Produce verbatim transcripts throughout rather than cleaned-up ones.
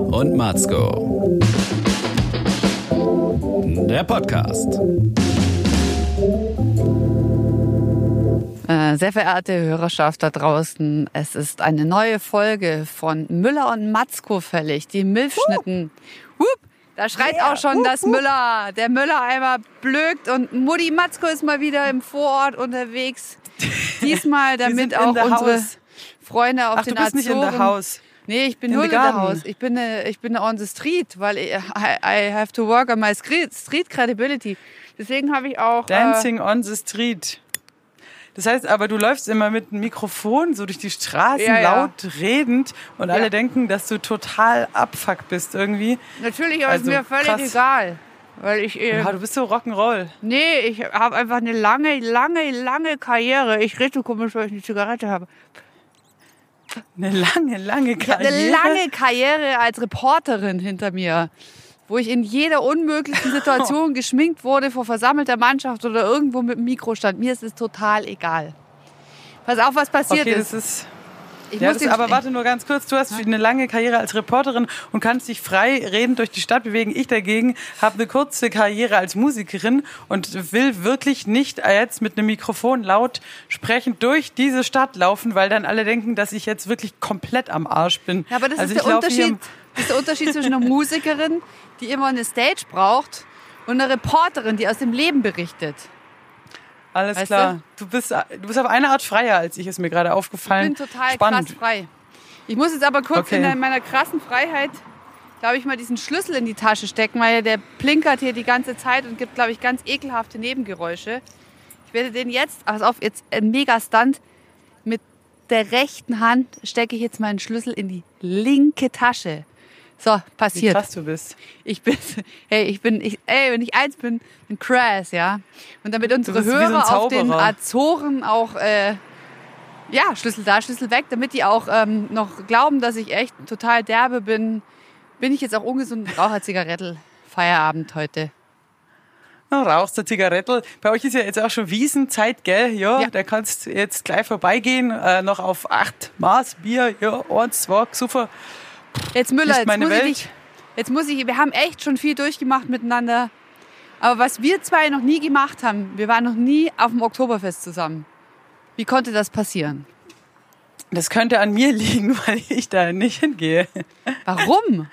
und Matzko. Der Podcast. Äh, sehr verehrte Hörerschaft da draußen, es ist eine neue Folge von Müller und Matzko fällig, die Milchschnitten. Uh. Hup, da schreit yeah. auch schon uh, das uh. Müller, der Müller einmal blökt und Mutti Matzko ist mal wieder im Vorort unterwegs. Diesmal damit auch unsere house. Freunde auf Ach, den du bist Azoren. nicht in der Haus. Nee, ich bin in nur in der Haus. Ich bin, äh, ich bin on the street, weil ich, I, I have to work on my street, street credibility. Deswegen habe ich auch... Dancing äh, on the street. Das heißt aber, du läufst immer mit einem Mikrofon so durch die Straßen, ja, ja. laut redend und ja. alle denken, dass du total abfuck bist irgendwie. Natürlich, aber also, ist mir völlig krass. egal. Weil ich, äh, ja, du bist so Rock'n'Roll. Nee, ich habe einfach eine lange, lange, lange Karriere. Ich rede so komisch, weil ich eine Zigarette habe. Eine lange, lange Karriere? Ich habe eine lange Karriere als Reporterin hinter mir, wo ich in jeder unmöglichen Situation geschminkt wurde vor versammelter Mannschaft oder irgendwo mit dem Mikro stand. Mir ist es total egal. Pass auf, was passiert okay, ist. Das ist ich ja, muss das, den, aber warte nur ganz kurz. Du hast eine lange Karriere als Reporterin und kannst dich frei redend durch die Stadt bewegen. Ich dagegen habe eine kurze Karriere als Musikerin und will wirklich nicht jetzt mit einem Mikrofon laut sprechend durch diese Stadt laufen, weil dann alle denken, dass ich jetzt wirklich komplett am Arsch bin. Ja, aber das, also ist, der Unterschied, das ist der Unterschied zwischen einer Musikerin, die immer eine Stage braucht, und einer Reporterin, die aus dem Leben berichtet. Alles weißt klar. Du? Du, bist, du bist auf eine Art freier, als ich, ist mir gerade aufgefallen. Ich bin total Spannend. krass frei. Ich muss jetzt aber kurz okay. in meiner krassen Freiheit, glaube ich, mal diesen Schlüssel in die Tasche stecken, weil der plinkert hier die ganze Zeit und gibt, glaube ich, ganz ekelhafte Nebengeräusche. Ich werde den jetzt, pass auf, jetzt ein Mega-Stunt, mit der rechten Hand stecke ich jetzt meinen Schlüssel in die linke Tasche. So, passiert. Wie krass du bist. Ich bin, hey, ich bin, ich, ey, wenn ich eins bin, ein Crass, ja. Und damit unsere so Hörer so auf den Azoren auch, äh, ja, Schlüssel da, Schlüssel weg, damit die auch ähm, noch glauben, dass ich echt total derbe bin, bin ich jetzt auch ungesund und rauche eine Zigarette. Feierabend heute. Na, rauchst du Zigarette. Bei euch ist ja jetzt auch schon Wiesenzeit, gell? Ja, ja. Da kannst du jetzt gleich vorbeigehen, äh, noch auf acht Maß Bier, ja, eins, zwei, super. Jetzt Müller, jetzt muss, Welt. ich, jetzt muss ich, wir haben echt schon viel durchgemacht miteinander. Aber was wir zwei noch nie gemacht haben, wir waren noch nie auf dem Oktoberfest zusammen. Wie konnte das passieren? Das könnte an mir liegen, weil ich da nicht hingehe. Warum?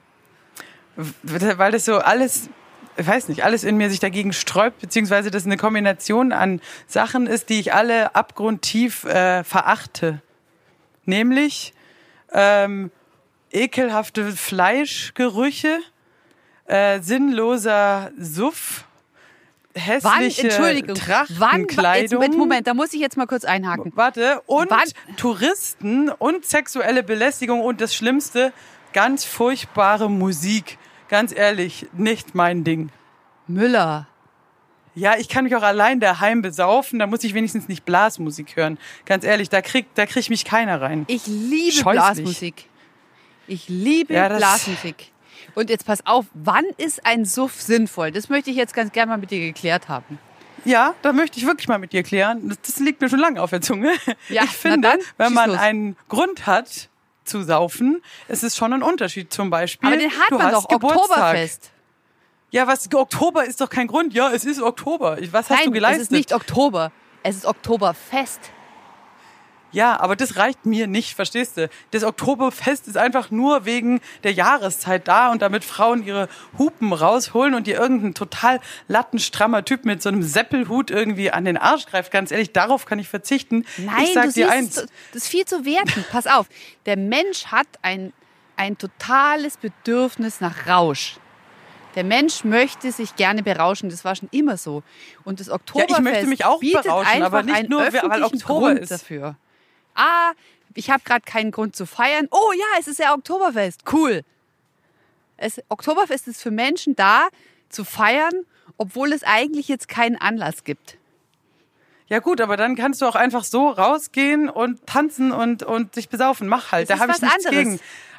Weil das so alles, ich weiß nicht, alles in mir sich dagegen sträubt, beziehungsweise das eine Kombination an Sachen ist, die ich alle abgrundtief äh, verachte. Nämlich ähm, ekelhafte Fleischgerüche, äh, sinnloser Suff, hässliche Wann, Trachtenkleidung. Wann, jetzt, Moment, da muss ich jetzt mal kurz einhaken. Warte, und Wann? Touristen und sexuelle Belästigung und das Schlimmste, ganz furchtbare Musik. Ganz ehrlich, nicht mein Ding. Müller. Ja, ich kann mich auch allein daheim besaufen, da muss ich wenigstens nicht Blasmusik hören. Ganz ehrlich, da kriegt da krieg ich mich keiner rein. Ich liebe Scheußlich. Blasmusik. Ich liebe ja, das Blasmusik. Und jetzt pass auf, wann ist ein Suff sinnvoll? Das möchte ich jetzt ganz gerne mal mit dir geklärt haben. Ja, da möchte ich wirklich mal mit dir klären. Das, das liegt mir schon lange auf der Zunge. Ja, ich finde, dann, wenn man los. einen Grund hat zu saufen, ist es schon ein Unterschied. Zum Beispiel, aber den hat du man hast doch, Geburtstag. Oktoberfest. Ja, was, Oktober ist doch kein Grund. Ja, es ist Oktober. Was hast Nein, du geleistet? es ist nicht Oktober, es ist Oktoberfest. Ja, aber das reicht mir nicht, verstehst du? Das Oktoberfest ist einfach nur wegen der Jahreszeit da und damit Frauen ihre Hupen rausholen und dir irgendein total lattenstrammer Typ mit so einem Seppelhut irgendwie an den Arsch greift. Ganz ehrlich, darauf kann ich verzichten. Nein, ich sag du dir siehst, eins. das ist viel zu werten. Pass auf, der Mensch hat ein, ein totales Bedürfnis nach Rausch. Der Mensch möchte sich gerne berauschen, das war schon immer so. Und das Oktoberfest ja, ich möchte mich auch bietet berauschen, einfach aber nicht einen nur, weil öffentlichen Oktober Grund ist. dafür. Ah, ich habe gerade keinen Grund zu feiern. Oh ja, es ist ja Oktoberfest. Cool. Es, Oktoberfest ist für Menschen da, zu feiern, obwohl es eigentlich jetzt keinen Anlass gibt. Ja gut, aber dann kannst du auch einfach so rausgehen und tanzen und, und dich besaufen. Mach halt, Das da habe ist ich was nichts anderes. gegen.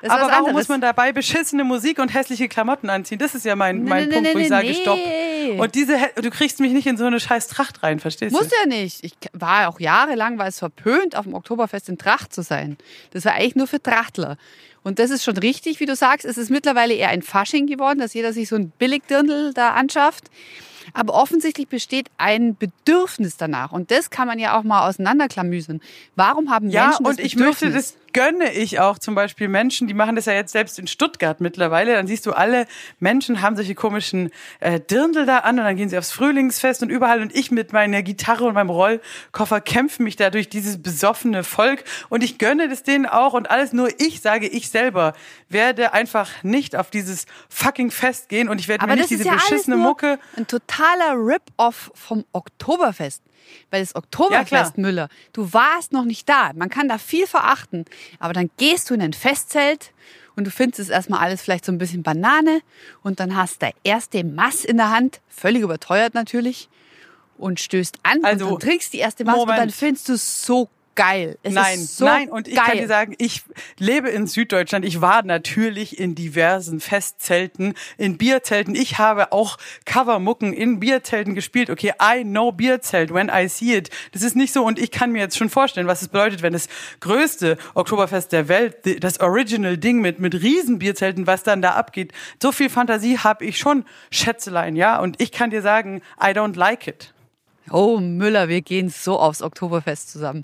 Das ist aber was warum anderes. muss man dabei beschissene Musik und hässliche Klamotten anziehen? Das ist ja mein, Nee, mein nee, Punkt, nee, wo ich nee, sage, nee. stopp. Und diese, hä- du kriegst mich nicht in so eine scheiß Tracht rein, verstehst Muss du? ja nicht. Ich war auch jahrelang, war es verpönt, auf dem Oktoberfest in Tracht zu sein. Das war eigentlich nur für Trachtler. Und das ist schon richtig, wie du sagst. Es ist mittlerweile eher ein Fasching geworden, dass jeder sich so ein Billigdirndl da anschafft. Aber offensichtlich besteht ein Bedürfnis danach. Und das kann man ja auch mal auseinanderklamüsern. Warum haben Ja, Menschen das und ich Bedürfnis? möchte, das gönne ich auch zum Beispiel Menschen, die machen das ja jetzt selbst in Stuttgart mittlerweile. Dann siehst du, alle Menschen haben solche komischen äh, Dirndl da an und dann gehen sie aufs Frühlingsfest und überall. Und ich mit meiner Gitarre und meinem Rollkoffer kämpfe mich da durch dieses besoffene Volk. Und ich gönne das denen auch und alles. Nur ich sage, ich selber werde einfach nicht auf dieses fucking Fest gehen und ich werde Aber mir das nicht ist diese ja alles beschissene nur Mucke... ein totaler Rip-Off vom Oktoberfest. Weil das Ja, Oktoberfest, klar. Müller, du warst noch nicht da. Man kann da viel verachten. Aber dann gehst du in ein Festzelt und du findest es erstmal alles vielleicht so ein bisschen Banane und dann hast du der erste Mass in der Hand, völlig überteuert natürlich, und stößt an Also, und dann trinkst die erste Mass und dann Moment. findest du es so geil. Es Nein, ist so nein, und ich geil. kann dir sagen, ich lebe in Süddeutschland. Ich war natürlich in diversen Festzelten, in Bierzelten. Ich habe auch Covermucken in Bierzelten gespielt. Okay, I know Bierzelt when I see it. Das ist nicht so und ich kann mir jetzt schon vorstellen, was es bedeutet, wenn das größte Oktoberfest der Welt, das Original-Ding mit, mit riesen Bierzelten, was dann da abgeht. So viel Fantasie habe ich schon, Schätzelein, ja. Und ich kann dir sagen, I don't like it. Oh, Müller, wir gehen so aufs Oktoberfest zusammen.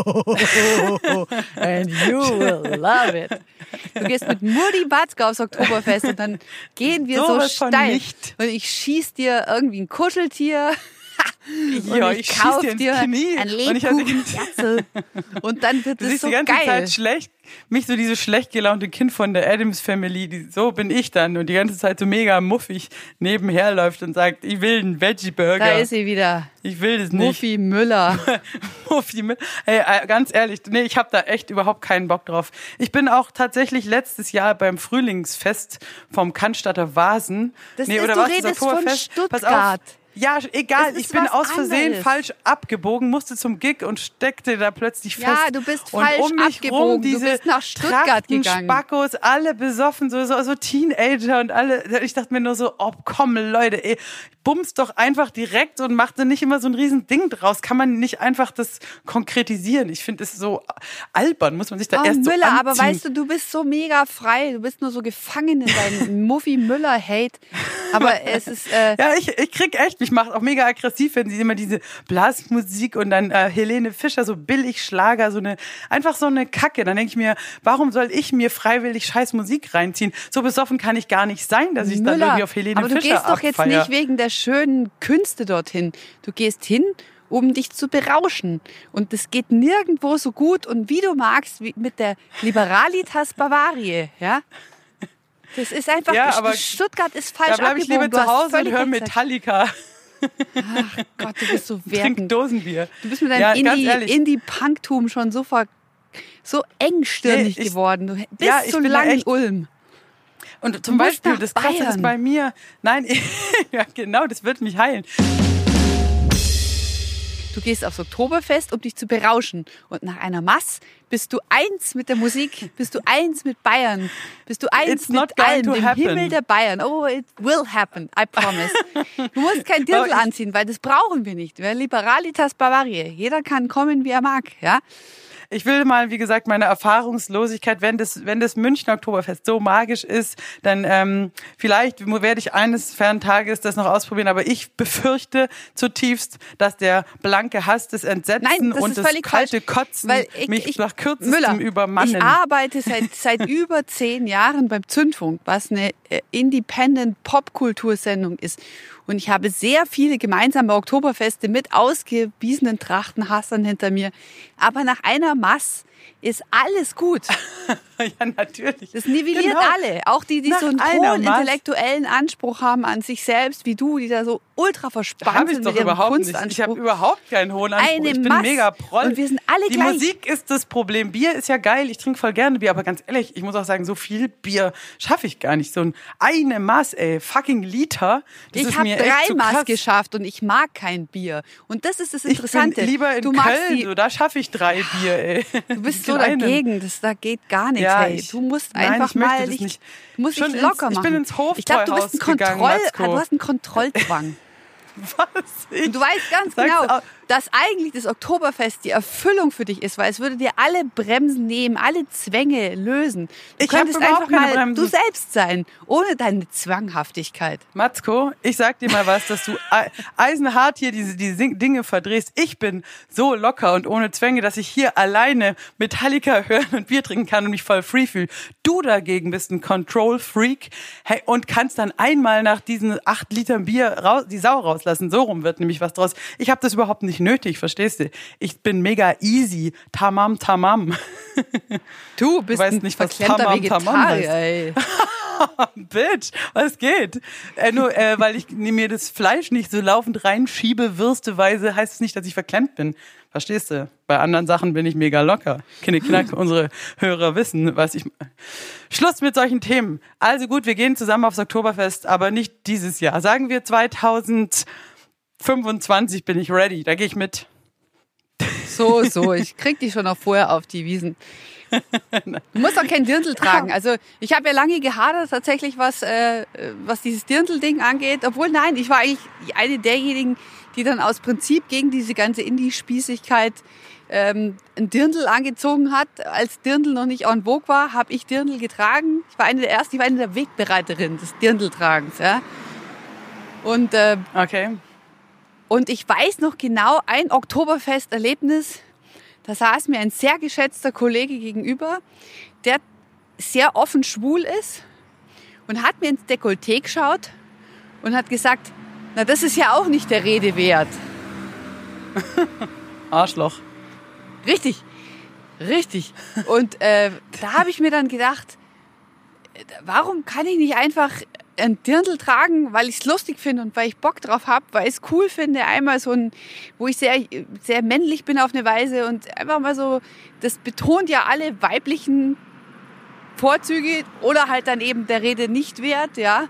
And you will love it. Du gehst mit Mutti Batzke aufs Oktoberfest und dann gehen wir Sowas so von steil. nicht. Und ich schieß dir irgendwie ein Kuscheltier. Ja, und ich ich schieß kauf dir ins dir Knie. ein Und ich hatte- Lebkuchenjatzel. Und dann wird Du es siehst so die ganze geil. Zeit schlecht, mich so diese schlecht gelaunte Kind von der Addams Family, die, so bin ich dann und die ganze Zeit so mega muffig nebenher läuft und sagt, ich will einen Veggie Burger. Da ist sie wieder. Ich will das nicht. Muffi Müller. Muffi mit. Hey, äh, ganz ehrlich, nee, ich habe da echt überhaupt keinen Bock drauf. Ich bin auch tatsächlich letztes Jahr beim Frühlingsfest vom Cannstatter Vasen. Das nee, ist- oder du was, das redest von Oktoberfest? Pass Stuttgart. auf. Ja, egal, Es ist ich bin was aus Versehen anderes. falsch abgebogen, musste zum Gig und steckte da plötzlich Ja, fest. du bist und falsch um mich abgebogen. rum Du diese bist nach Stuttgart gegangen. Spackos, alle besoffen, so, so, so Teenager und alle. Ich dachte mir nur so, oh komm Leute, ey, bums doch einfach direkt und macht dann nicht immer so ein riesen Ding draus. Kann man nicht einfach das konkretisieren? Ich finde es so albern, muss man sich da Oh, erst so Müller, anziehen. aber weißt du, du bist so mega frei. Du bist nur so gefangen in deinem Muffi Müller-Hate. Aber es ist... Äh, Ja, ich, ich krieg echt, mich macht auch mega aggressiv, wenn sie immer diese Blasmusik und dann äh, Helene Fischer, so billig Schlager, so eine, einfach so eine Kacke. Dann denke ich mir, warum soll ich mir freiwillig scheiß Musik reinziehen? So besoffen kann ich gar nicht sein, dass ich dann Müller, irgendwie auf Helene aber du Fischer gehst doch jetzt abfeier. nicht wegen der schönen Künste dorthin. Du gehst hin, um dich zu berauschen. Und das geht nirgendwo so gut und wie du magst, wie mit der Liberalitas Bavaria, ja? Das ist einfach, Ja, aber Stuttgart ist Da falsch bleibe ich abgebogen. lieber Du zu hast Hause und völlig höre recht gesagt. Metallica, Ach Gott, du bist so trink wertend. Dosenbier. Du bist mit deinem Ja, ganz Indie- ehrlich. Indie-Punktum schon so, ver so engstirnig Nee, ich- geworden. Du bist Ja, ich so bin da lange in echt- Ulm. Und zum Du musst Beispiel, nach das Krasse Bayern. ist bei mir, nein, ja genau, das wird mich heilen. Du gehst aufs Oktoberfest, um dich zu berauschen. Und nach einer Mass bist du eins mit der Musik, bist du eins mit Bayern, bist du eins It's not mit going allem, to dem happen. Himmel der Bayern. Oh, it will happen, I promise. Du musst kein Dirndl Aber ich- anziehen, weil das brauchen wir nicht. Wir Liberalitas Bavaria. Jeder kann kommen, wie er mag, ja? Ich will mal, wie gesagt, meine Erfahrungslosigkeit, wenn das, wenn das Münchner Oktoberfest so magisch ist, dann ähm, vielleicht werde ich eines fernen Tages das noch ausprobieren, aber ich befürchte zutiefst, dass der blanke Hass, das Entsetzen Nein, das und ist das völlig kalte falsch, Kotzen weil ich- mich ich- nach kürzestem Müller, übermannen. Ich arbeite seit, seit über zehn Jahren beim Zündfunk, was eine äh, Independent-Popkultursendung ist. Und ich habe sehr viele gemeinsame Oktoberfeste mit ausgewiesenen Trachtenhassern hinter mir. Aber nach einer Mass ist alles gut. Ja, natürlich. Das nivelliert Genau. alle. Auch die, die Nach so einen einer hohen Maß. intellektuellen Anspruch haben an sich selbst, wie du, die da so ultra verspannt Habe ich sind doch mit ihrem überhaupt nicht. Ich Kustanspruch. habe überhaupt keinen hohen Anspruch. Eine ich bin Mass. mega proll. Und wir sind alle Die gleich. Musik ist das Problem. Bier ist ja geil. Ich trinke voll gerne Bier. Aber ganz ehrlich, ich muss auch sagen, so viel Bier schaffe ich gar nicht. So ein eine Maß, ey, fucking Liter. Das Ich ist habe mir echt drei zu Maß krass. geschafft und ich mag kein Bier. Und das ist das Ich Interessante. bin lieber in du magst Köln, die, so, da schaffe ich drei Bier, ey. du bist so dagegen. Das da geht gar nichts. Ja, hey. ich, Du musst nein, einfach ich möchte mal das nicht, nicht. Du musst Schon dich locker ins, machen. Ich bin ins Ich glaube, du bist ein Hofbräuhaus gegangen, Kontroll, Matzko. du hast einen Kontrollzwang. Was? Ich, Und du weißt ganz sag's genau, auch. dass eigentlich das Oktoberfest die Erfüllung für dich ist, weil es würde dir alle Bremsen nehmen, alle Zwänge lösen. Du Ich hab könntest überhaupt einfach keine mal Bremsen. du selbst sein, ohne deine Zwanghaftigkeit. Matzko, ich sag dir mal was, dass du e- eisenhart hier diese, diese Sing- Dinge verdrehst. Ich bin so locker und ohne Zwänge, dass ich hier alleine Metallica hören und Bier trinken kann und mich voll free fühle. Du dagegen bist ein Control-Freak, hey, und kannst dann einmal nach diesen acht Litern Bier raus, die Sau rauslassen. So rum wird nämlich was draus. Ich habe das überhaupt nicht nötig, verstehst du? Ich bin mega easy. Tamam, tamam. Du bist Du weißt ein nicht, was verklemmter Tamam Tamam Vegetarier, heißt. ey. Bitch, was geht? Äh, nur äh, weil ich mir das Fleisch nicht so laufend reinschiebe, würsteweise, heißt es nicht, dass ich verklemmt bin. Verstehst du? Bei anderen Sachen bin ich mega locker. Knick, knack, unsere Hörer wissen, was ich... Schluss mit solchen Themen. Also gut, wir gehen zusammen aufs Oktoberfest, aber nicht dieses Jahr. Sagen wir zweitausendfünfundzwanzig bin ich ready, da gehe ich mit. So, so, ich krieg dich schon noch vorher auf die Wiesen. Du musst auch kein Dirndl tragen. Also ich habe ja lange gehadert tatsächlich, was, äh, was dieses Dirndl-Ding angeht. Obwohl, nein, ich war eigentlich eine derjenigen, die dann aus Prinzip gegen diese ganze Indie-Spießigkeit ähm, ein Dirndl angezogen hat. Als Dirndl noch nicht en vogue war, habe ich Dirndl getragen. Ich war eine der ersten, ich war eine der Wegbereiterinnen des Dirndl-Tragens. Ja? Und, äh, Okay. und ich weiß noch genau ein Oktoberfest-Erlebnis. Da saß mir ein sehr geschätzter Kollege gegenüber, der sehr offen schwul ist und hat mir ins Dekolleté geschaut und hat gesagt, na, das ist ja auch nicht der Rede wert. Arschloch. Richtig, richtig. Und äh, da habe ich mir dann gedacht, warum kann ich nicht einfach ein Dirndl tragen, weil ich es lustig finde und weil ich Bock drauf habe, weil ich es cool finde, einmal so ein, wo ich sehr, sehr männlich bin auf eine Weise und einfach mal so, das betont ja alle weiblichen Vorzüge oder halt dann eben der Rede nicht wert, ja.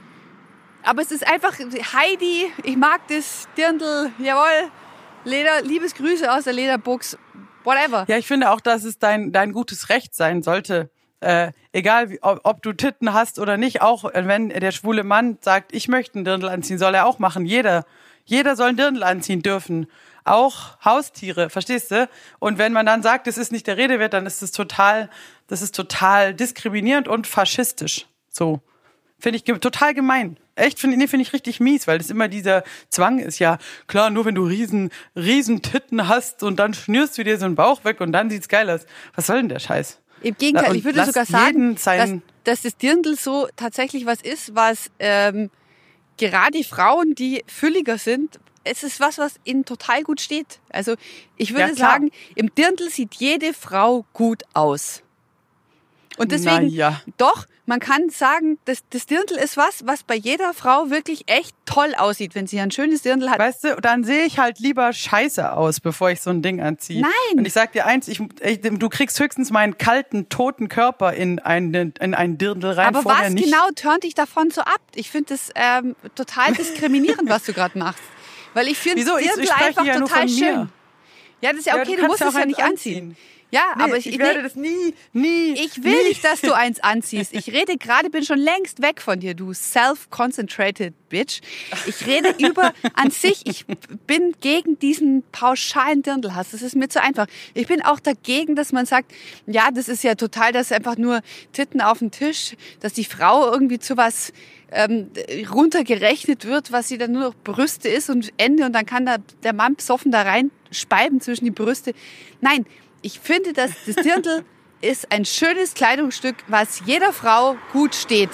Aber es ist einfach Heidi, ich mag das Dirndl, jawohl, Leder, Liebesgrüße aus der Lederbuchs, whatever. Ja, ich finde auch, dass es dein, dein gutes Recht sein sollte. Äh, egal, wie, ob, ob du Titten hast oder nicht, auch wenn der schwule Mann sagt, ich möchte einen Dirndl anziehen, soll er auch machen. Jeder, jeder soll einen Dirndl anziehen dürfen. Auch Haustiere, verstehst du? Und wenn man dann sagt, das ist nicht der Rede wert, dann ist das total, das ist total diskriminierend und faschistisch. So. Finde ich ge- total gemein. Echt, finde nee, find ich richtig mies, weil das immer dieser Zwang ist. Ja, klar, nur wenn du riesen, riesen Titten hast und dann schnürst du dir so einen Bauch weg und dann sieht's geil aus. Was soll denn der Scheiß? Im Gegenteil, Und ich würde lass sogar sagen, jeden sein- dass, dass das Dirndl so tatsächlich was ist, was ähm, gerade Frauen, die fülliger sind, es ist was, was ihnen total gut steht. Also ich würde Ja, klar. sagen, im Dirndl sieht jede Frau gut aus. Und deswegen, Na ja. doch, man kann sagen, das, das Dirndl ist was, was bei jeder Frau wirklich echt toll aussieht, wenn sie ein schönes Dirndl hat. Weißt du, dann sehe ich halt lieber scheiße aus, bevor ich so ein Ding anziehe. Nein. Und ich sag dir eins, ich, ich, du kriegst höchstens meinen kalten, toten Körper in ein, in ein Dirndl rein, Aber vorher was nicht. genau turnt dich davon so ab? Ich finde das ähm, total diskriminierend, was du gerade machst. Weil ich finde Wieso? Ich- Dirndl ich spreche einfach ja nur total von mir. schön. Ja, das ist ja Ja, okay, du du, kannst musst ja es auch ja eins nicht anziehen. anziehen. Ja, Nee, aber ich, ich, werde nee, das nie, nie. ich will nie. nicht, dass du eins anziehst. Ich rede gerade, bin schon längst weg von dir, du self-concentrated Bitch. Ich rede über an sich. Ich bin gegen diesen pauschalen Dirndlhass. Das ist mir zu einfach. Ich bin auch dagegen, dass man sagt, ja, das ist ja total, das ist einfach nur Titten auf dem Tisch, dass die Frau irgendwie zu was ähm, runtergerechnet wird, was sie dann nur noch Brüste ist und Ende und dann kann da der Mann besoffen da rein speiben zwischen die Brüste. Nein, ich finde, dass das Dirndl ist ein schönes Kleidungsstück, was jeder Frau gut steht.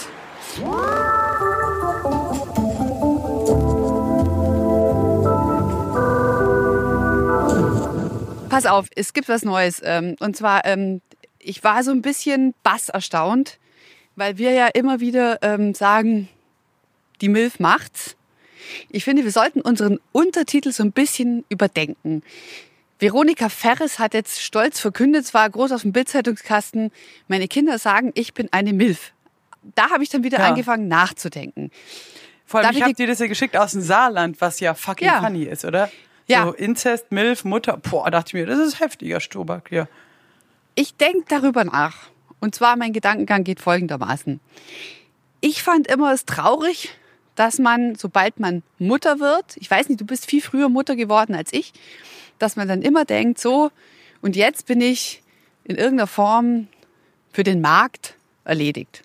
Pass auf, es gibt was Neues. ähm, Und zwar, ähm, ich war so ein bisschen bass erstaunt, weil wir ja immer wieder ähm, sagen, die Milf macht's. Ich finde, wir sollten unseren Untertitel so ein bisschen überdenken. Veronika Ferres hat jetzt stolz verkündet, zwar groß auf dem Bild-Zeitungskasten, meine Kinder sagen, ich bin eine Milf. Da habe ich dann wieder Ja. angefangen nachzudenken. Vor allem, Darf ich ich habe dir- dir das ja geschickt aus dem Saarland, was ja fucking Ja. funny ist, oder? Ja. So Inzest, Milf, Mutter. Boah, dachte ich mir, das ist heftiger Stobak hier. ich denke darüber nach. Und zwar, mein Gedankengang geht folgendermaßen. Ich fand immer es traurig, dass man, sobald man Mutter wird, ich weiß nicht, du bist viel früher Mutter geworden als ich, dass man dann immer denkt, so, und jetzt bin ich in irgendeiner Form für den Markt erledigt.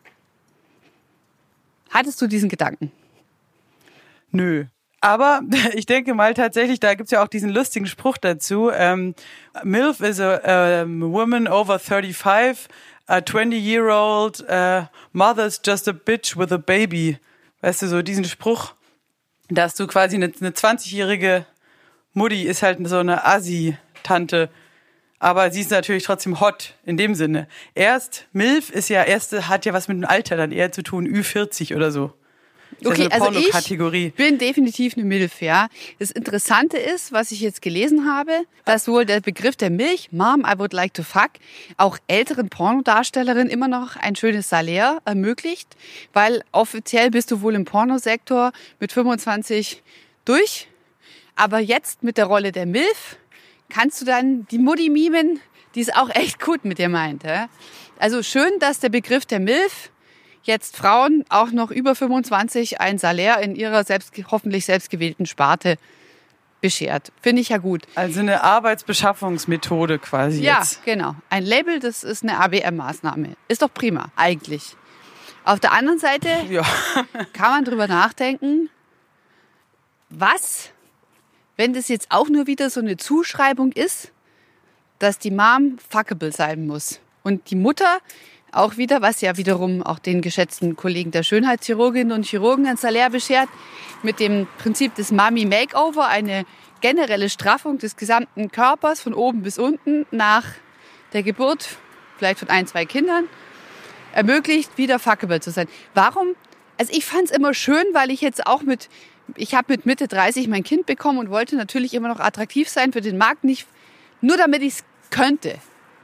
Hattest du diesen Gedanken? Nö. Aber ich denke mal tatsächlich, da gibt's ja auch diesen lustigen Spruch dazu. Ähm, MILF is a, a woman over thirty-five, a twenty-year-old uh, mother's just a bitch with a baby. Weißt du, so diesen Spruch, dass du quasi eine, eine zwanzigjährige Mutti ist halt so eine Assi-Tante. Aber sie ist natürlich trotzdem hot in dem Sinne. Erst, MILF ist ja, erste hat ja was mit dem Alter dann eher zu tun, Ü vierzig oder so. Das okay, ist eine also ich Pornokategorie. bin definitiv eine MILF, ja. Das Interessante ist, was ich jetzt gelesen habe, dass wohl der Begriff der Milch, Mom, I would like to fuck, auch älteren Pornodarstellerinnen immer noch ein schönes Salär ermöglicht, weil offiziell bist du wohl im Pornosektor mit fünfundzwanzig durch, aber jetzt mit der Rolle der MILF kannst du dann die Mutti mimen, die es auch echt gut mit dir meint. Ja? Also schön, dass der Begriff der MILF jetzt Frauen auch noch über fünfundzwanzig ein Salär in ihrer selbst, hoffentlich selbstgewählten Sparte beschert. Finde ich ja gut. Also eine Arbeitsbeschaffungsmethode quasi ja, jetzt. Ja, genau. Ein Label, das ist eine A B M-Maßnahme. Ist doch prima, eigentlich. Auf der anderen Seite ja. kann man drüber nachdenken, was, wenn das jetzt auch nur wieder so eine Zuschreibung ist, dass die Mom fuckable sein muss. Und die Mutter auch wieder, was ja wiederum auch den geschätzten Kollegen der Schönheitschirurginnen und Chirurgen ein Salär beschert, mit dem Prinzip des Mommy Makeover, eine generelle Straffung des gesamten Körpers von oben bis unten nach der Geburt, vielleicht von ein, zwei Kindern, ermöglicht, wieder fuckable zu sein. Warum? Also ich fand es immer schön, weil ich jetzt auch mit, ich habe mit Mitte dreißig mein Kind bekommen und wollte natürlich immer noch attraktiv sein für den Markt, nicht nur damit ich es könnte.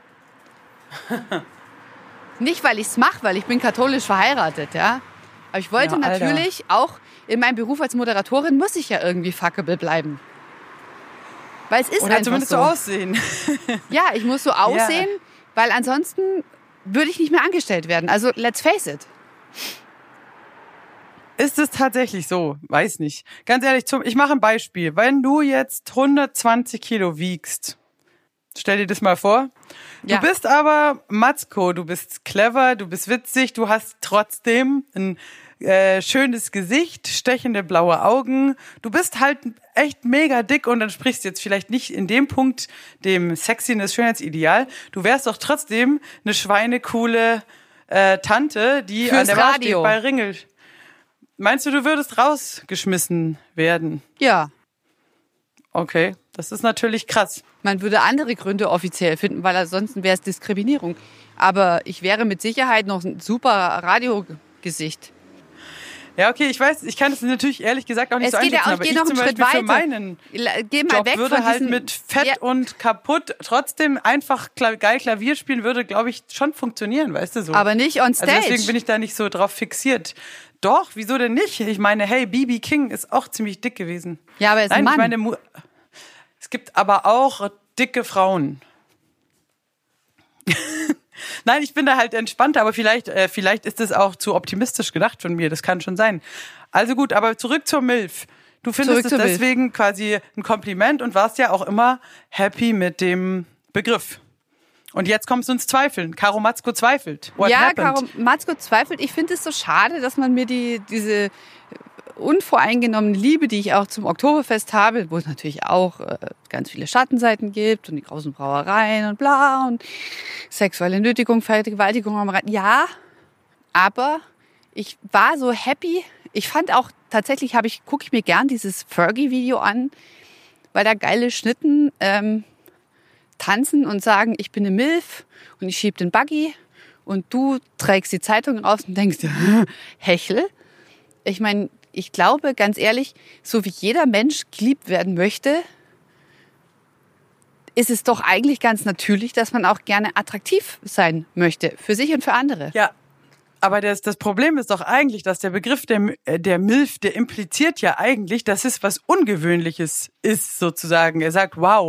Nicht, weil ich es mache, weil ich bin katholisch verheiratet, ja. Aber ich wollte ja, natürlich auch, in meinem Beruf als Moderatorin muss ich ja irgendwie fuckable bleiben. Weil es ist Oder einfach zumindest so. so aussehen. Ja, ich muss so aussehen, ja. Weil ansonsten würde ich nicht mehr angestellt werden. Also let's face it. Ist es tatsächlich so? Weiß nicht. Ganz ehrlich, zum, ich mache ein Beispiel. Wenn du jetzt hundertzwanzig Kilo wiegst, stell dir das mal vor. Du ja. bist aber Matzko, du bist clever, du bist witzig, du hast trotzdem ein äh, schönes Gesicht, stechende blaue Augen. Du bist halt echt mega dick und dann sprichst du jetzt vielleicht nicht in dem Punkt dem Sexiness Schönheitsideal. Du wärst doch trotzdem eine schweinecoole äh, Tante, die Fürs an der Bar Radio. steht bei Ringel. Meinst du, du würdest rausgeschmissen werden? Ja. Okay, das ist natürlich krass. Man würde andere Gründe offiziell finden, weil ansonsten wäre es Diskriminierung. Aber ich wäre mit Sicherheit noch ein super Radiogesicht. Ja, okay, ich weiß, ich kann das natürlich ehrlich gesagt auch nicht es so geht einschätzen, ja auch, aber ich ich noch zum einen Beispiel Schritt für weiter. meinen Geh mal Job weg würde von halt diesen, mit Fett ja. und kaputt trotzdem einfach kla- geil Klavier spielen würde, glaube ich, schon funktionieren, weißt du so. Aber nicht on stage. Also deswegen bin ich da nicht so drauf fixiert. Doch, wieso denn nicht? Ich meine, hey, B B King ist auch ziemlich dick gewesen. Ja, aber er ist Nein, ein Mann. Ich meine, Mu- es gibt aber auch dicke Frauen. Nein, ich bin da halt entspannter, aber vielleicht, äh, vielleicht ist es auch zu optimistisch gedacht von mir. Das kann schon sein. Also gut, aber zurück zur MILF. Du findest es deswegen Milf. quasi ein Kompliment und warst ja auch immer happy mit dem Begriff. Und jetzt kommst du ins Zweifeln. Caro Matzko zweifelt. What ja, happened? Caro Matzko zweifelt. Ich finde es so schade, dass man mir die diese unvoreingenommene Liebe, die ich auch zum Oktoberfest habe, wo es natürlich auch äh, ganz viele Schattenseiten gibt und die großen Brauereien und bla und sexuelle Nötigung, Vergewaltigung am Rand. Ja, aber ich war so happy. Ich fand auch, tatsächlich habe ich, gucke ich mir gern dieses Fergie-Video an, weil da geile Schnitten ähm, tanzen und sagen, ich bin eine Milf und ich schieb den Buggy und du trägst die Zeitung raus und denkst, Hechel. Ich meine, ich glaube, ganz ehrlich, so wie jeder Mensch geliebt werden möchte, ist es doch eigentlich ganz natürlich, dass man auch gerne attraktiv sein möchte, für sich und für andere. Ja, aber das, das Problem ist doch eigentlich, dass der Begriff der, der MILF, der impliziert ja eigentlich, dass es was Ungewöhnliches ist, sozusagen. Er sagt, wow,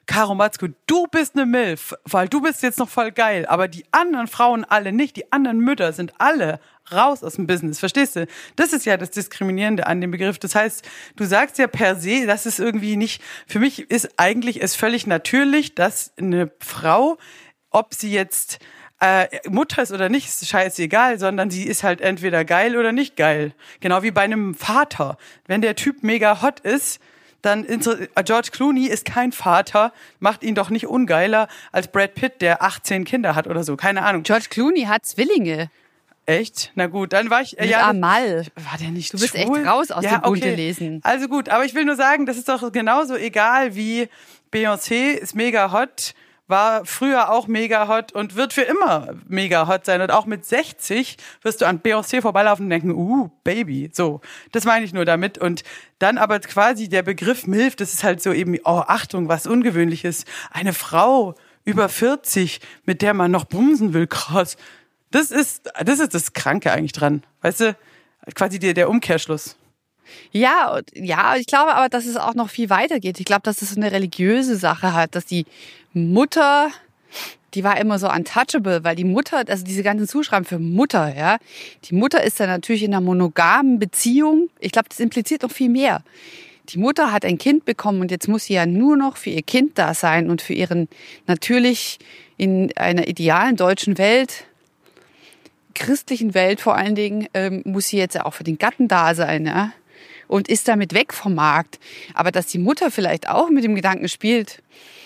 Caro Matzko, du bist eine Milf, weil du bist jetzt noch voll geil, aber die anderen Frauen alle nicht, die anderen Mütter sind alle raus aus dem Business, verstehst du? Das ist ja das Diskriminierende an dem Begriff. Das heißt, du sagst ja per se, das ist irgendwie nicht, für mich ist eigentlich es völlig natürlich, dass eine Frau, ob sie jetzt äh, Mutter ist oder nicht, ist scheißegal, sondern sie ist halt entweder geil oder nicht geil. Genau wie bei einem Vater. Wenn der Typ mega hot ist, dann George Clooney ist kein Vater, macht ihn doch nicht ungeiler als Brad Pitt, der achtzehn Kinder hat oder so, keine Ahnung. George Clooney hat Zwillinge. Echt? Na gut, dann war ich... Mit ja, Amal. War der nicht Du bist schwul? echt raus aus ja, dem bunte okay. Lesen. Also gut, aber ich will nur sagen, das ist doch genauso egal wie Beyoncé ist mega hot, war früher auch mega hot und wird für immer mega hot sein. Und auch mit sechzig wirst du an Beyoncé vorbeilaufen und denken, uh, Baby. So, das meine ich nur damit. Und dann aber quasi der Begriff Milf, das ist halt so eben, oh, Achtung, was Ungewöhnliches. Eine Frau über vierzig, mit der man noch bumsen will, krass. Das ist, das ist das Kranke eigentlich dran. Weißt du, quasi der, der Umkehrschluss. Ja, und, ja, ich glaube aber, dass es auch noch viel weiter geht. Ich glaube, dass es so eine religiöse Sache hat, dass die Mutter, die war immer so untouchable, weil die Mutter, also diese ganzen Zuschreiben für Mutter, ja, die Mutter ist dann natürlich in einer monogamen Beziehung. Ich glaube, das impliziert noch viel mehr. Die Mutter hat ein Kind bekommen und jetzt muss sie ja nur noch für ihr Kind da sein und für ihren, natürlich in einer idealen deutschen Welt, christlichen Welt vor allen Dingen, ähm, muss sie jetzt ja auch für den Gatten da sein, ja? Und ist damit weg vom Markt. Aber dass die Mutter vielleicht auch mit dem Gedanken spielt,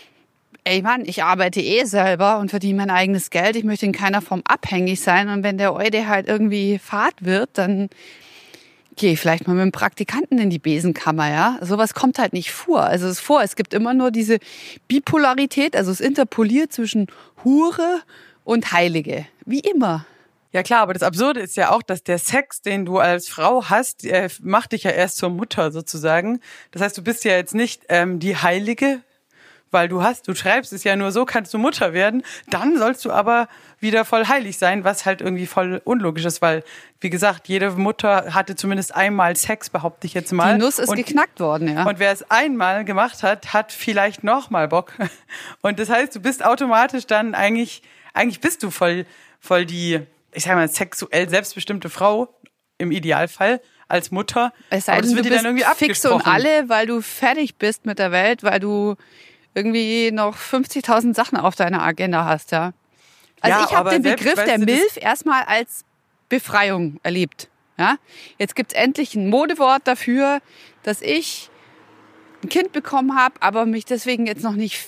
ey Mann, ich arbeite eh selber und verdiene mein eigenes Geld, ich möchte in keiner Form abhängig sein und wenn der Eude halt irgendwie fad wird, dann gehe ich vielleicht mal mit dem Praktikanten in die Besenkammer, ja. Sowas kommt halt nicht vor. Also es ist vor, es gibt immer nur diese Bipolarität, also es interpoliert zwischen Hure und Heilige. Wie immer. Ja klar, aber das Absurde ist ja auch, dass der Sex, den du als Frau hast, äh, macht dich ja erst zur Mutter sozusagen. Das heißt, du bist ja jetzt nicht ähm, die Heilige, weil du hast, du schreibst es ja nur so, kannst du Mutter werden. Dann sollst du aber wieder voll heilig sein, was halt irgendwie voll unlogisch ist, weil, wie gesagt, jede Mutter hatte zumindest einmal Sex, behaupte ich jetzt mal. Die Nuss ist und, geknackt worden, ja. Und wer es einmal gemacht hat, hat vielleicht nochmal Bock. Und das heißt, du bist automatisch dann eigentlich, eigentlich bist du voll, voll die, ich sag mal, sexuell selbstbestimmte Frau im Idealfall als Mutter. Es sei denn, du bist fix und alle, weil du fertig bist mit der Welt, weil du irgendwie noch fünfzigtausend Sachen auf deiner Agenda hast, ja. Also ja, ich habe den selbst, Begriff der du, Milf erstmal als Befreiung erlebt, ja. Jetzt gibt's endlich ein Modewort dafür, dass ich ein Kind bekommen habe, aber mich deswegen jetzt noch nicht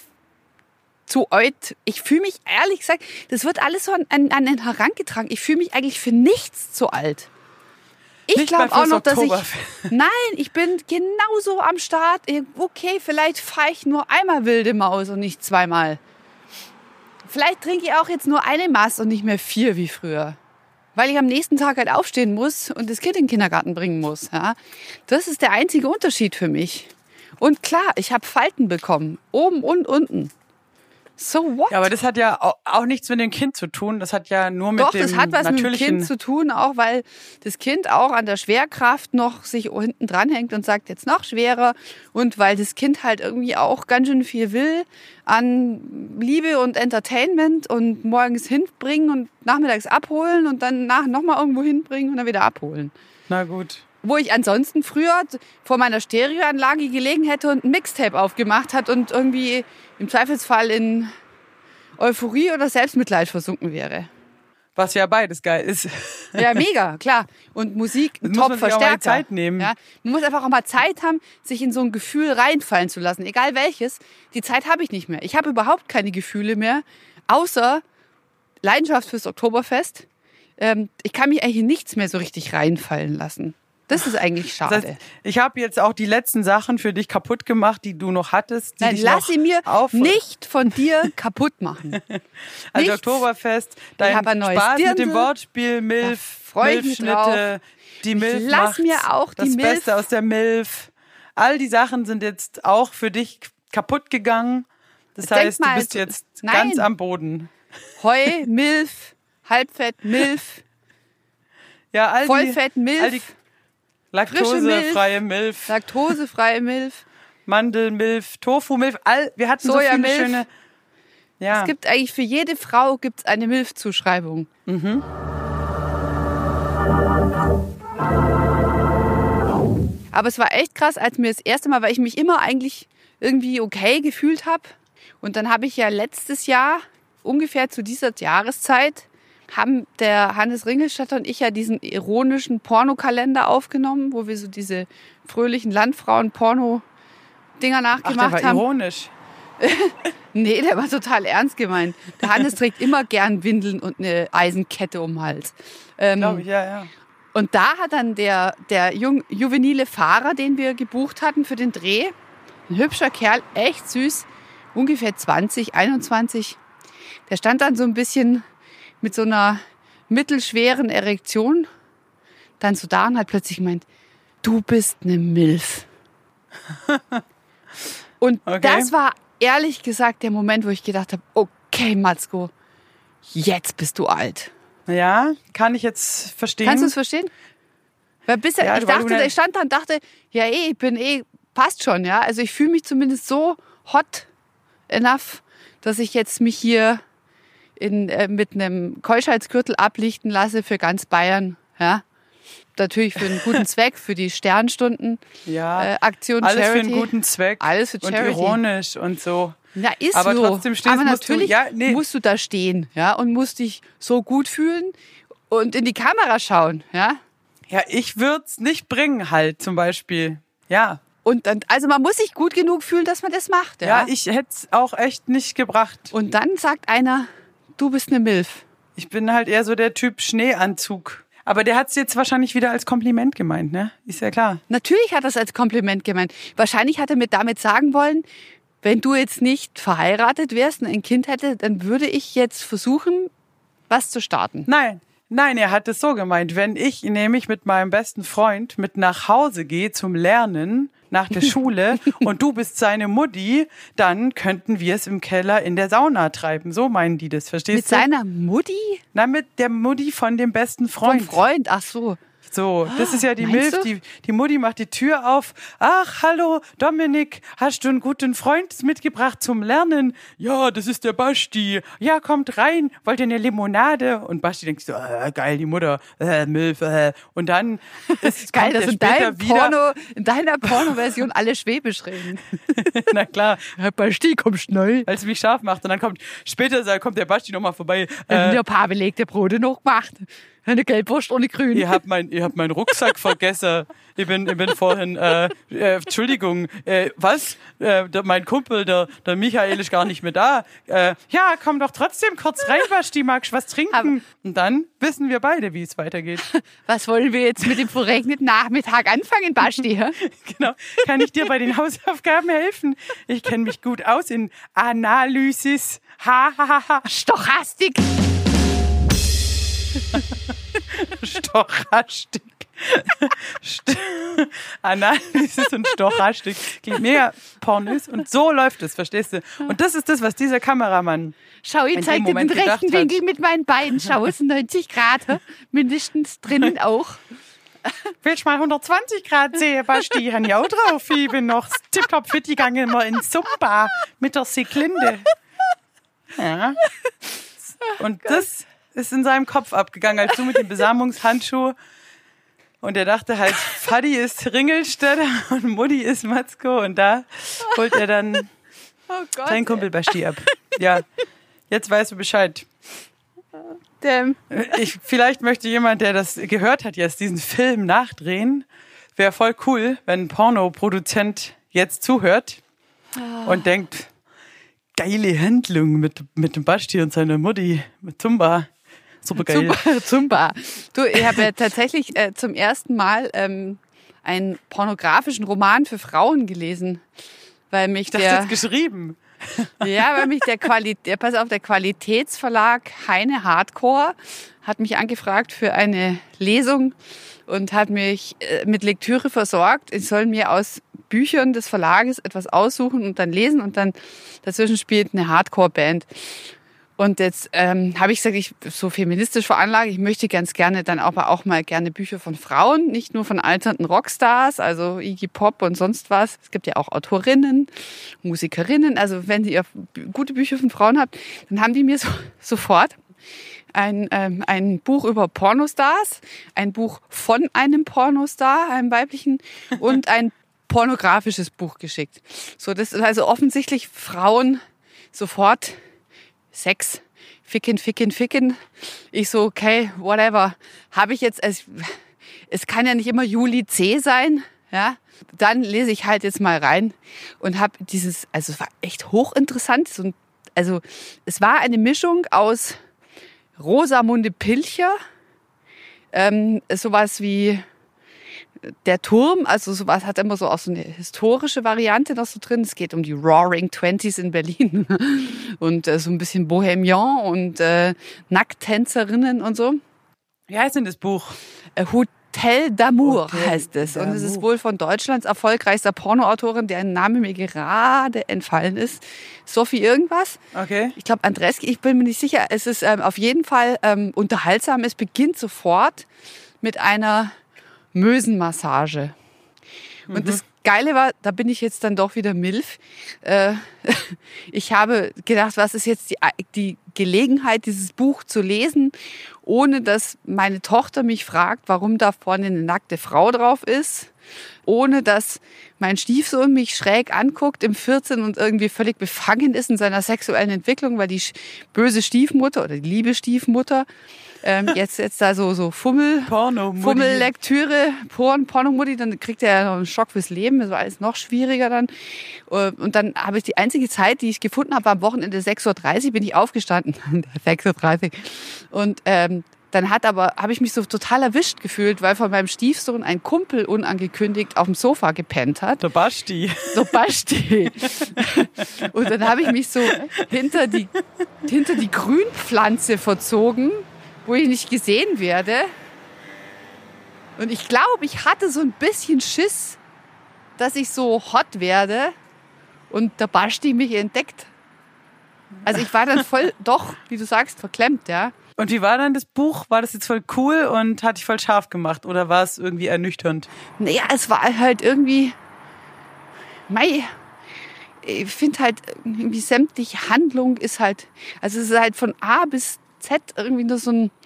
zu alt. Ich fühle mich, ehrlich gesagt, das wird alles so an, an, an den herangetragen. Ich fühle mich eigentlich für nichts zu alt. Ich glaube auch noch, dass ich... Nein, ich bin genauso am Start. Okay, vielleicht fahre ich nur einmal wilde Maus und nicht zweimal. Vielleicht trinke ich auch jetzt nur eine Maß und nicht mehr vier wie früher. Weil ich am nächsten Tag halt aufstehen muss und das Kind in den Kindergarten bringen muss. Ja? Das ist der einzige Unterschied für mich. Und klar, ich habe Falten bekommen. Oben und unten. So what? Ja, aber das hat ja auch nichts mit dem Kind zu tun. Das hat ja nur mit Doch, dem das hat was mit dem natürlichen... Kind zu tun, auch weil das Kind auch an der Schwerkraft noch sich hinten dranhängt und sagt, jetzt noch schwerer. Und weil das Kind halt irgendwie auch ganz schön viel will an Liebe und Entertainment und morgens hinbringen und nachmittags abholen und dann nach nochmal irgendwo hinbringen und dann wieder abholen. Na gut. Wo ich ansonsten früher vor meiner Stereoanlage gelegen hätte und ein Mixtape aufgemacht hat und irgendwie im Zweifelsfall in Euphorie oder Selbstmitleid versunken wäre. Was ja beides geil ist. Ja, mega, klar. Und Musik, das top muss man sich Verstärker. auch mal Zeit nehmen. Ja, man muss einfach auch mal Zeit haben, sich in so ein Gefühl reinfallen zu lassen. Egal welches. Die Zeit habe ich nicht mehr. Ich habe überhaupt keine Gefühle mehr, außer Leidenschaft fürs Oktoberfest. Ähm, ich kann mich eigentlich in nichts mehr so richtig reinfallen lassen. Das ist eigentlich schade. Das heißt, ich habe jetzt auch die letzten Sachen für dich kaputt gemacht, die du noch hattest. Die Nein, dich lass noch sie mir auf nicht von dir kaputt machen. Also Nichts. Oktoberfest, dein Ich hab ein neues Spaß Dirndl. mit dem Wortspiel, Milf, freu ich mich Milfschnitte, die Milf lass macht mir auch die das Milf. Beste aus der Milf. All die Sachen sind jetzt auch für dich kaputt gegangen. Das Denk heißt, mal, du bist jetzt nein. ganz am Boden. Heu, Milf, Halbfett, Milf, Ja, all Vollfett, die, Milf. all die laktosefreie Milf. Laktosefreie Milf. Mandelmilf, Tofu-Milf, all, wir hatten so viele Sojamilf. schöne... Ja. Es gibt eigentlich für jede Frau gibt's eine Milf-Zuschreibung. Mhm. Aber es war echt krass, als mir das erste Mal, weil ich mich immer eigentlich irgendwie okay gefühlt habe. Und dann habe ich ja letztes Jahr, ungefähr zu dieser Jahreszeit, haben der Hannes Ringelstatter und ich ja diesen ironischen Pornokalender aufgenommen, wo wir so diese fröhlichen Landfrauen-Porno-Dinger nachgemacht Ach, der war haben. ironisch. Nee, der war total ernst gemeint. Der Hannes trägt immer gern Windeln und eine Eisenkette um den Hals. Ähm, Glaube ich, ja, ja. Und da hat dann der, der jung, juvenile Fahrer, den wir gebucht hatten für den Dreh, ein hübscher Kerl, echt süß, ungefähr zwanzig, einundzwanzig, der stand dann so ein bisschen mit so einer mittelschweren Erektion dann so da und hat plötzlich gemeint, du bist eine Milf. Und Okay. das war ehrlich gesagt der Moment, wo ich gedacht habe, okay, Matzko, jetzt bist du alt. Ja, kann ich jetzt verstehen. Kannst du es verstehen? Weil bisher, Ja, ich weil du dachte, eine- ich stand da und dachte, ja eh, ich bin eh, passt schon, ja. Also ich fühle mich zumindest so hot enough, dass ich jetzt mich hier in, äh, mit einem Keuschheitsgürtel ablichten lasse für ganz Bayern, ja. Natürlich für einen guten Zweck, für die Sternstunden, Ja, äh, Aktion alles Charity. für einen guten Zweck. Alles für Und Charity. ironisch und so. Na, ist Aber so. trotzdem stehst- Aber musst du- natürlich ja, nee. musst du da stehen, ja, und musst dich so gut fühlen und in die Kamera schauen, ja. Ja, ich würde es nicht bringen halt zum Beispiel. Ja, Und dann, also man muss sich gut genug fühlen, dass man das macht, ja, ja. ich hätte es auch echt nicht gebracht. Und dann sagt einer, du bist eine Milf. Ich bin halt eher so der Typ Schneeanzug. Aber der hat es jetzt wahrscheinlich wieder als Kompliment gemeint, ne? Ist ja klar. Natürlich hat er es als Kompliment gemeint. Wahrscheinlich hat er mit damit sagen wollen, wenn du jetzt nicht verheiratet wärst und ein Kind hätte, dann würde ich jetzt versuchen, was zu starten. Nein, nein, er hat es so gemeint. Wenn ich nämlich mit meinem besten Freund mit nach Hause gehe zum Lernen nach der Schule und du bist seine Mutti, dann könnten wir es im Keller in der Sauna treiben. So meinen die das, verstehst Mit du? seiner Mutti? Na, mit der Mutti von dem besten Vom Freund. Freund, ach so. So, das ist ja die Meinst Milf, du? die, die Mutti macht die Tür auf. Ach, hallo, Dominik, hast du einen guten Freund mitgebracht zum Lernen? Ja, das ist der Basti. Ja, kommt rein, wollt ihr eine Limonade? Und Basti denkt so, äh, geil, die Mutter, äh, Milf, äh. Und dann ist, Geil, kommt dass er in, später deinem wieder. Porno, in deiner Porno-Version alle Schwäbisch reden. Na klar, Herr Basti, komm schnell. als mich scharf macht. Und dann kommt, später sagt- kommt der Basti nochmal vorbei. Äh, Äh, ein paar belegte Brote noch gemacht. Eine Gelbwurst ohne Grün. Ihr habt mein, ihr habt meinen Rucksack vergessen. Ich bin, ich bin vorhin, äh, äh, Entschuldigung, äh, was? Äh, der, mein Kumpel, der, der Michael ist gar nicht mehr da. Äh, ja, komm doch trotzdem kurz rein, Basti, magst du was trinken? Aber- Und dann wissen wir beide, wie es weitergeht. Was wollen wir jetzt mit dem verregneten Nachmittag anfangen, Basti? hä? Genau. Kann ich dir bei den Hausaufgaben helfen? Ich kenne mich gut aus in Analysis. Ha, ha, ha, ha. Stochastik. Stochastik. St Analysis und Stochastik. Klingt mega pornös. Und so läuft es, verstehst du? Und das ist das, was dieser Kameramann Schau, ich in zeig dem dir den Moment gedacht rechten hat. Winkel mit meinen Beinen. Schau, es sind neunzig Grad. hä? Mindestens drinnen auch. Willst du mal hundertzwanzig Grad sehen, Basti? Ich habe ja auch drauf. Ich bin noch tipptopp fit gegangen mal in Zumba mit der Seklinde. Ja. Und das ist in seinem Kopf abgegangen, als du mit dem Besamungshandschuh. Und er dachte halt, Fadi ist Ringelstädter und Mutti ist Matzko. Und da holt er dann Oh Gott. seinen Kumpel Basti ab. Ja, jetzt weißt du Bescheid. Damn. Ich, vielleicht möchte jemand, der das gehört hat, jetzt diesen Film nachdrehen. Wäre voll cool, wenn ein Pornoproduzent jetzt zuhört und denkt, geile Handlung mit, mit dem Basti und seiner Mutti, mit Zumba. Super geil. Zumba. Zumba. Du, ich habe ja tatsächlich äh, zum ersten Mal ähm, einen pornografischen Roman für Frauen gelesen. Weil mich Das der, ist jetzt geschrieben. ja, weil mich der Qualität, pass auf, der Qualitätsverlag Heine Hardcore hat mich angefragt für eine Lesung und hat mich äh, mit Lektüre versorgt. Ich soll mir aus Büchern des Verlages etwas aussuchen und dann lesen und dann dazwischen spielt eine Hardcore-Band. Und jetzt ähm, habe ich gesagt, ich so feministisch veranlage, ich möchte ganz gerne dann aber auch mal gerne Bücher von Frauen, nicht nur von alternden Rockstars, also Iggy Pop und sonst was. Es gibt ja auch Autorinnen, Musikerinnen. Also wenn ihr gute Bücher von Frauen habt, dann haben die mir so, sofort ein, ähm, ein Buch über Pornostars, ein Buch von einem Pornostar, einem weiblichen, und ein pornografisches Buch geschickt. So, das ist also offensichtlich Frauen sofort Sex, ficken, ficken, ficken. Ich so, okay, whatever. Habe ich jetzt, es, es kann ja nicht immer Juli C. sein, ja. Dann lese ich halt jetzt mal rein und habe dieses, also es war echt hochinteressant. So, also es war eine Mischung aus Rosamunde Pilcher, ähm, sowas wie Der Turm, also sowas hat immer so auch so eine historische Variante noch so drin. Es geht um die Roaring Twenties in Berlin und äh, so ein bisschen Bohemian und äh, Nackttänzerinnen und so. Wie heißt denn das Buch? Äh, Hotel d'Amour Hotel heißt es. Und es d'Amour. ist wohl von Deutschlands erfolgreichster Pornoautorin, deren Name mir gerade entfallen ist. Sophie irgendwas. Okay. Ich glaube Andreski, ich bin mir nicht sicher. Es ist ähm, auf jeden Fall ähm, unterhaltsam. Es beginnt sofort mit einer Mösenmassage. Und das Geile war, da bin ich jetzt dann doch wieder Milf. Äh, ich habe gedacht, was ist jetzt die, die Gelegenheit, dieses Buch zu lesen, ohne dass meine Tochter mich fragt, warum da vorne eine nackte Frau drauf ist, ohne dass mein Stiefsohn mich schräg anguckt im vierzehn und irgendwie völlig befangen ist in seiner sexuellen Entwicklung, weil die böse Stiefmutter oder die liebe Stiefmutter ähm, jetzt jetzt da so so Fummel Porno-Mutti. Fummellektüre, Porn, Pornomutti, dann kriegt er ja noch einen Schock fürs Leben, das war alles noch schwieriger dann. Und dann habe ich die einzige Zeit, die ich gefunden habe, war am Wochenende sechs Uhr dreißig, bin ich aufgestanden, sechs Uhr dreißig. Und ähm, dann hat aber, habe ich mich so total erwischt gefühlt, weil von meinem Stiefsohn ein Kumpel unangekündigt auf dem Sofa gepennt hat. Der Basti. So Basti. Und dann habe ich mich so hinter die, hinter die Grünpflanze verzogen, wo ich nicht gesehen werde. Und ich glaube, ich hatte so ein bisschen Schiss, dass ich so hot werde und der Basti mich entdeckt. Also ich war dann voll, doch, wie du sagst, verklemmt, ja. Und wie war dann das Buch? War das jetzt voll cool und hat dich voll scharf gemacht? Oder war es irgendwie ernüchternd? Naja, es war halt irgendwie, mei, ich finde halt irgendwie sämtliche Handlung ist halt, also es ist halt von A bis Z irgendwie nur so ein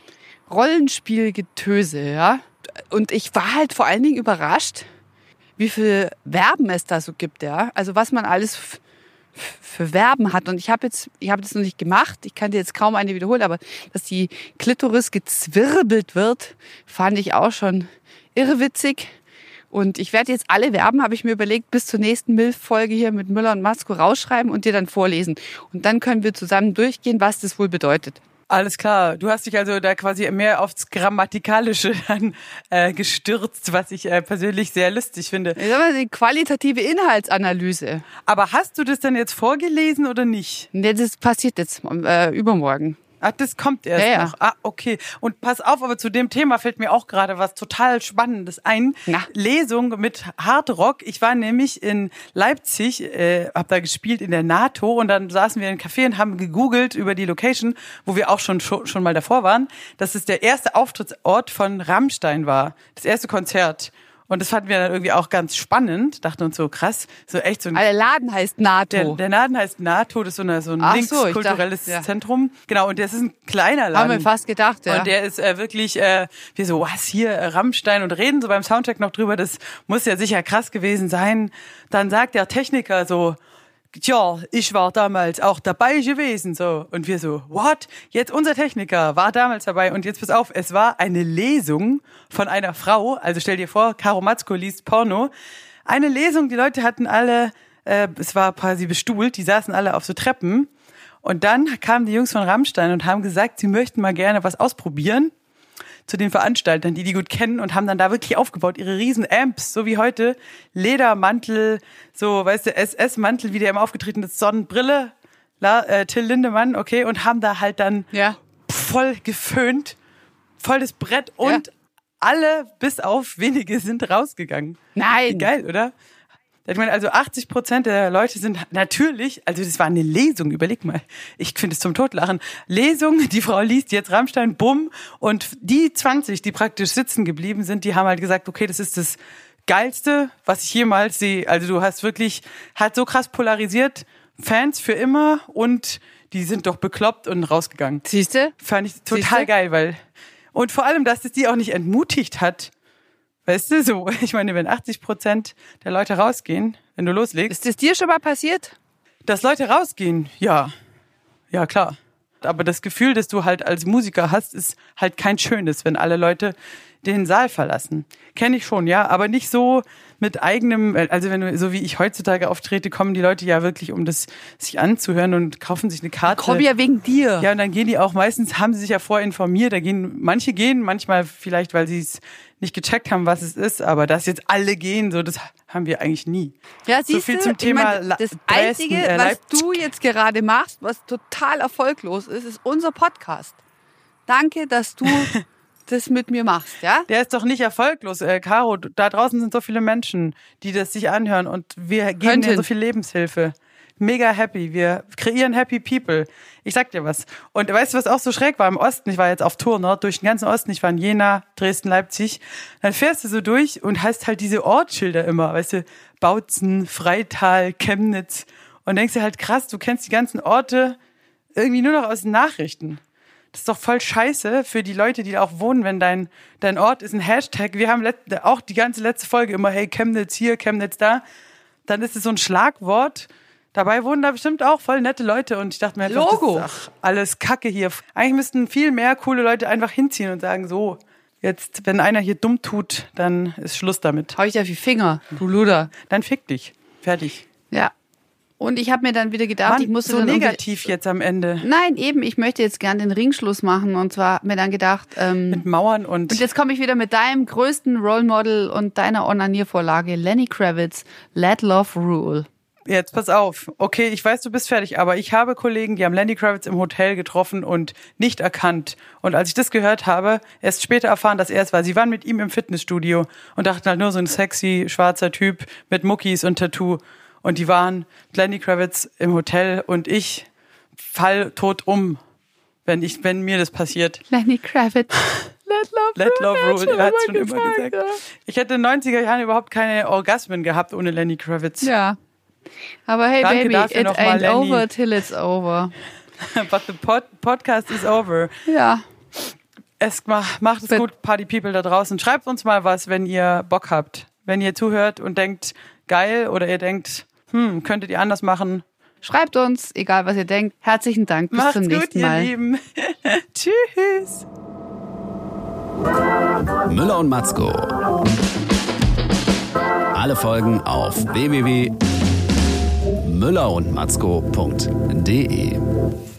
Rollenspielgetöse, ja. Und ich war halt vor allen Dingen überrascht, wie viel Verben es da so gibt, ja. Also was man alles f- f- für Verben hat. Und ich habe jetzt, ich habe das noch nicht gemacht. Ich kann dir jetzt kaum eine wiederholen, aber dass die Klitoris gezwirbelt wird, fand ich auch schon irrwitzig. Und ich werde jetzt alle Verben, habe ich mir überlegt, bis zur nächsten Milf-Folge hier mit Müller und Matzko rausschreiben und dir dann vorlesen. Und dann können wir zusammen durchgehen, was das wohl bedeutet. Alles klar. Du hast dich also da quasi mehr aufs Grammatikalische dann äh, gestürzt, was ich äh, persönlich sehr lustig finde. Das ist aber eine qualitative Inhaltsanalyse. Aber hast du das dann jetzt vorgelesen oder nicht? Nee, das passiert jetzt äh, übermorgen. Ach, das kommt erst Ja, ja. noch. Ah, okay. Und pass auf, aber zu dem Thema fällt mir auch gerade was total Spannendes ein. Na. Lesung mit Hardrock. Ich war nämlich in Leipzig, äh, hab da gespielt in der NATO und dann saßen wir in einem Café und haben gegoogelt über die Location, wo wir auch schon, schon, schon mal davor waren, dass es der erste Auftrittsort von Rammstein war. Das erste Konzert. Und das fanden wir dann irgendwie auch ganz spannend. Dachten uns so, krass, so echt so ein... Der Laden heißt NATO. Der, der Laden heißt NATO, das ist so, eine, so ein Ach so, ich linkskulturelles dachte, ja. Zentrum. Genau, und das ist ein kleiner Laden. Haben wir fast gedacht, ja. Und der ist äh, wirklich, äh, wir so, was hier, äh, Rammstein und reden so beim Soundcheck noch drüber, das muss ja sicher krass gewesen sein. Dann sagt der Techniker so, tja, ich war damals auch dabei gewesen, so. Und wir so, what? Jetzt unser Techniker war damals dabei und jetzt pass auf, es war eine Lesung von einer Frau, also stell dir vor, Caro Matzko liest Porno. Eine Lesung, die Leute hatten alle, äh, es war quasi bestuhlt, die saßen alle auf so Treppen. Und dann kamen die Jungs von Rammstein und haben gesagt, sie möchten mal gerne was ausprobieren zu den Veranstaltern, die die gut kennen und haben dann da wirklich aufgebaut, ihre riesen Amps, so wie heute, Ledermantel, so, weißt du, S S-Mantel, wie der immer aufgetreten ist, Sonnenbrille, La, äh, Till Lindemann, okay, und haben da halt dann Ja. voll geföhnt, voll das Brett und Ja. alle, bis auf wenige, sind rausgegangen. Nein. Geil, oder? Ich meine, also achtzig Prozent der Leute sind natürlich, also das war eine Lesung, überleg mal, ich finde es zum Totlachen. Lesung, die Frau liest jetzt Rammstein, bumm, und die zwanzig, die praktisch sitzen geblieben sind, die haben halt gesagt, okay, das ist das Geilste, was ich jemals sehe. Also du hast wirklich, hat so krass polarisiert, Fans für immer und die sind doch bekloppt und rausgegangen. Siehste? Fand ich total Siehste? geil, weil, und vor allem, dass es die auch nicht entmutigt hat. Weißt du, so, ich meine, wenn achtzig Prozent der Leute rausgehen, wenn du loslegst. Ist das dir schon mal passiert? Dass Leute rausgehen, ja. Ja, klar. Aber das Gefühl, das du halt als Musiker hast, ist halt kein schönes, wenn alle Leute den Saal verlassen. Kenne ich schon, ja, aber nicht so mit eigenem, also wenn du, so wie ich heutzutage auftrete, kommen die Leute ja wirklich, um das sich anzuhören und kaufen sich eine Karte. Komm ja wegen dir. Ja, und dann gehen die auch, meistens haben sie sich ja vorher informiert, da gehen, manche gehen, manchmal vielleicht, weil sie es nicht gecheckt haben, was es ist, aber dass jetzt alle gehen, so, das haben wir eigentlich nie. Ja, siehst so viel du, zum Thema ich mein, das Dresden, Einzige, äh, was Leipzig. du jetzt gerade machst, was total erfolglos ist, ist unser Podcast. Danke, dass du das mit mir machst, ja? Der ist doch nicht erfolglos, äh, Caro. Da draußen sind so viele Menschen, die das sich anhören und wir geben Könnten. dir so viel Lebenshilfe. Mega happy. Wir kreieren happy people. Ich sag dir was. Und weißt du, was auch so schräg war im Osten? Ich war jetzt auf Tour, ne? Durch den ganzen Osten. Ich war in Jena, Dresden, Leipzig. Dann fährst du so durch und hast halt diese Ortsschilder immer, weißt du, Bautzen, Freital, Chemnitz. Und denkst dir halt, krass, du kennst die ganzen Orte irgendwie nur noch aus den Nachrichten. Das ist doch voll scheiße für die Leute, die da auch wohnen, wenn dein, dein Ort ist ein Hashtag. Wir haben let, auch die ganze letzte Folge immer, hey, Chemnitz hier, Chemnitz da. Dann ist es so ein Schlagwort. Dabei wohnen da bestimmt auch voll nette Leute und ich dachte mir einfach, Logo. das ist ach, alles Kacke hier. Eigentlich müssten viel mehr coole Leute einfach hinziehen und sagen, so, jetzt, wenn einer hier dumm tut, dann ist Schluss damit. Hau ich dir auf die Finger, du Luder. Dann fick dich. Fertig. Ja. Und ich habe mir dann wieder gedacht, Mann, ich musste so dann irgendwie- negativ jetzt am Ende. Nein, eben, ich möchte jetzt gern den Ringschluss machen und zwar hab mir dann gedacht, ähm, Mit Mauern und... und jetzt komme ich wieder mit deinem größten Role Model und deiner Onaniervorlage, Lenny Kravitz, Let Love Rule. Jetzt pass auf. Okay, ich weiß, du bist fertig, aber ich habe Kollegen, die haben Lenny Kravitz im Hotel getroffen und nicht erkannt. Und als ich das gehört habe, erst später erfahren, dass er es war. Sie waren mit ihm im Fitnessstudio und dachten halt nur so ein sexy, schwarzer Typ mit Muckis und Tattoo. Und die waren mit Lenny Kravitz im Hotel und ich fall tot um, wenn ich, wenn mir das passiert. Lenny Kravitz, Let Love Let Love Rule. Rule, er hat es schon gesagt, immer gesagt. ja. Ich hätte in den neunziger Jahren überhaupt keine Orgasmen gehabt ohne Lenny Kravitz. Ja. Aber hey, Danke Baby, dafür it noch mal, ain't Lenny. over till it's over. But the pod podcast is over. Ja. Es macht, macht es But- gut, Party People da draußen. Schreibt uns mal was, wenn ihr Bock habt. Wenn ihr zuhört und denkt, geil, oder ihr denkt, hm, könntet ihr anders machen. Schreibt uns, egal was ihr denkt. Herzlichen Dank, bis Macht's zum gut, nächsten ihr Mal. Lieben. Tschüss. Müller und Matzko. Alle Folgen auf w w w punkt müller und matzko punkt d e.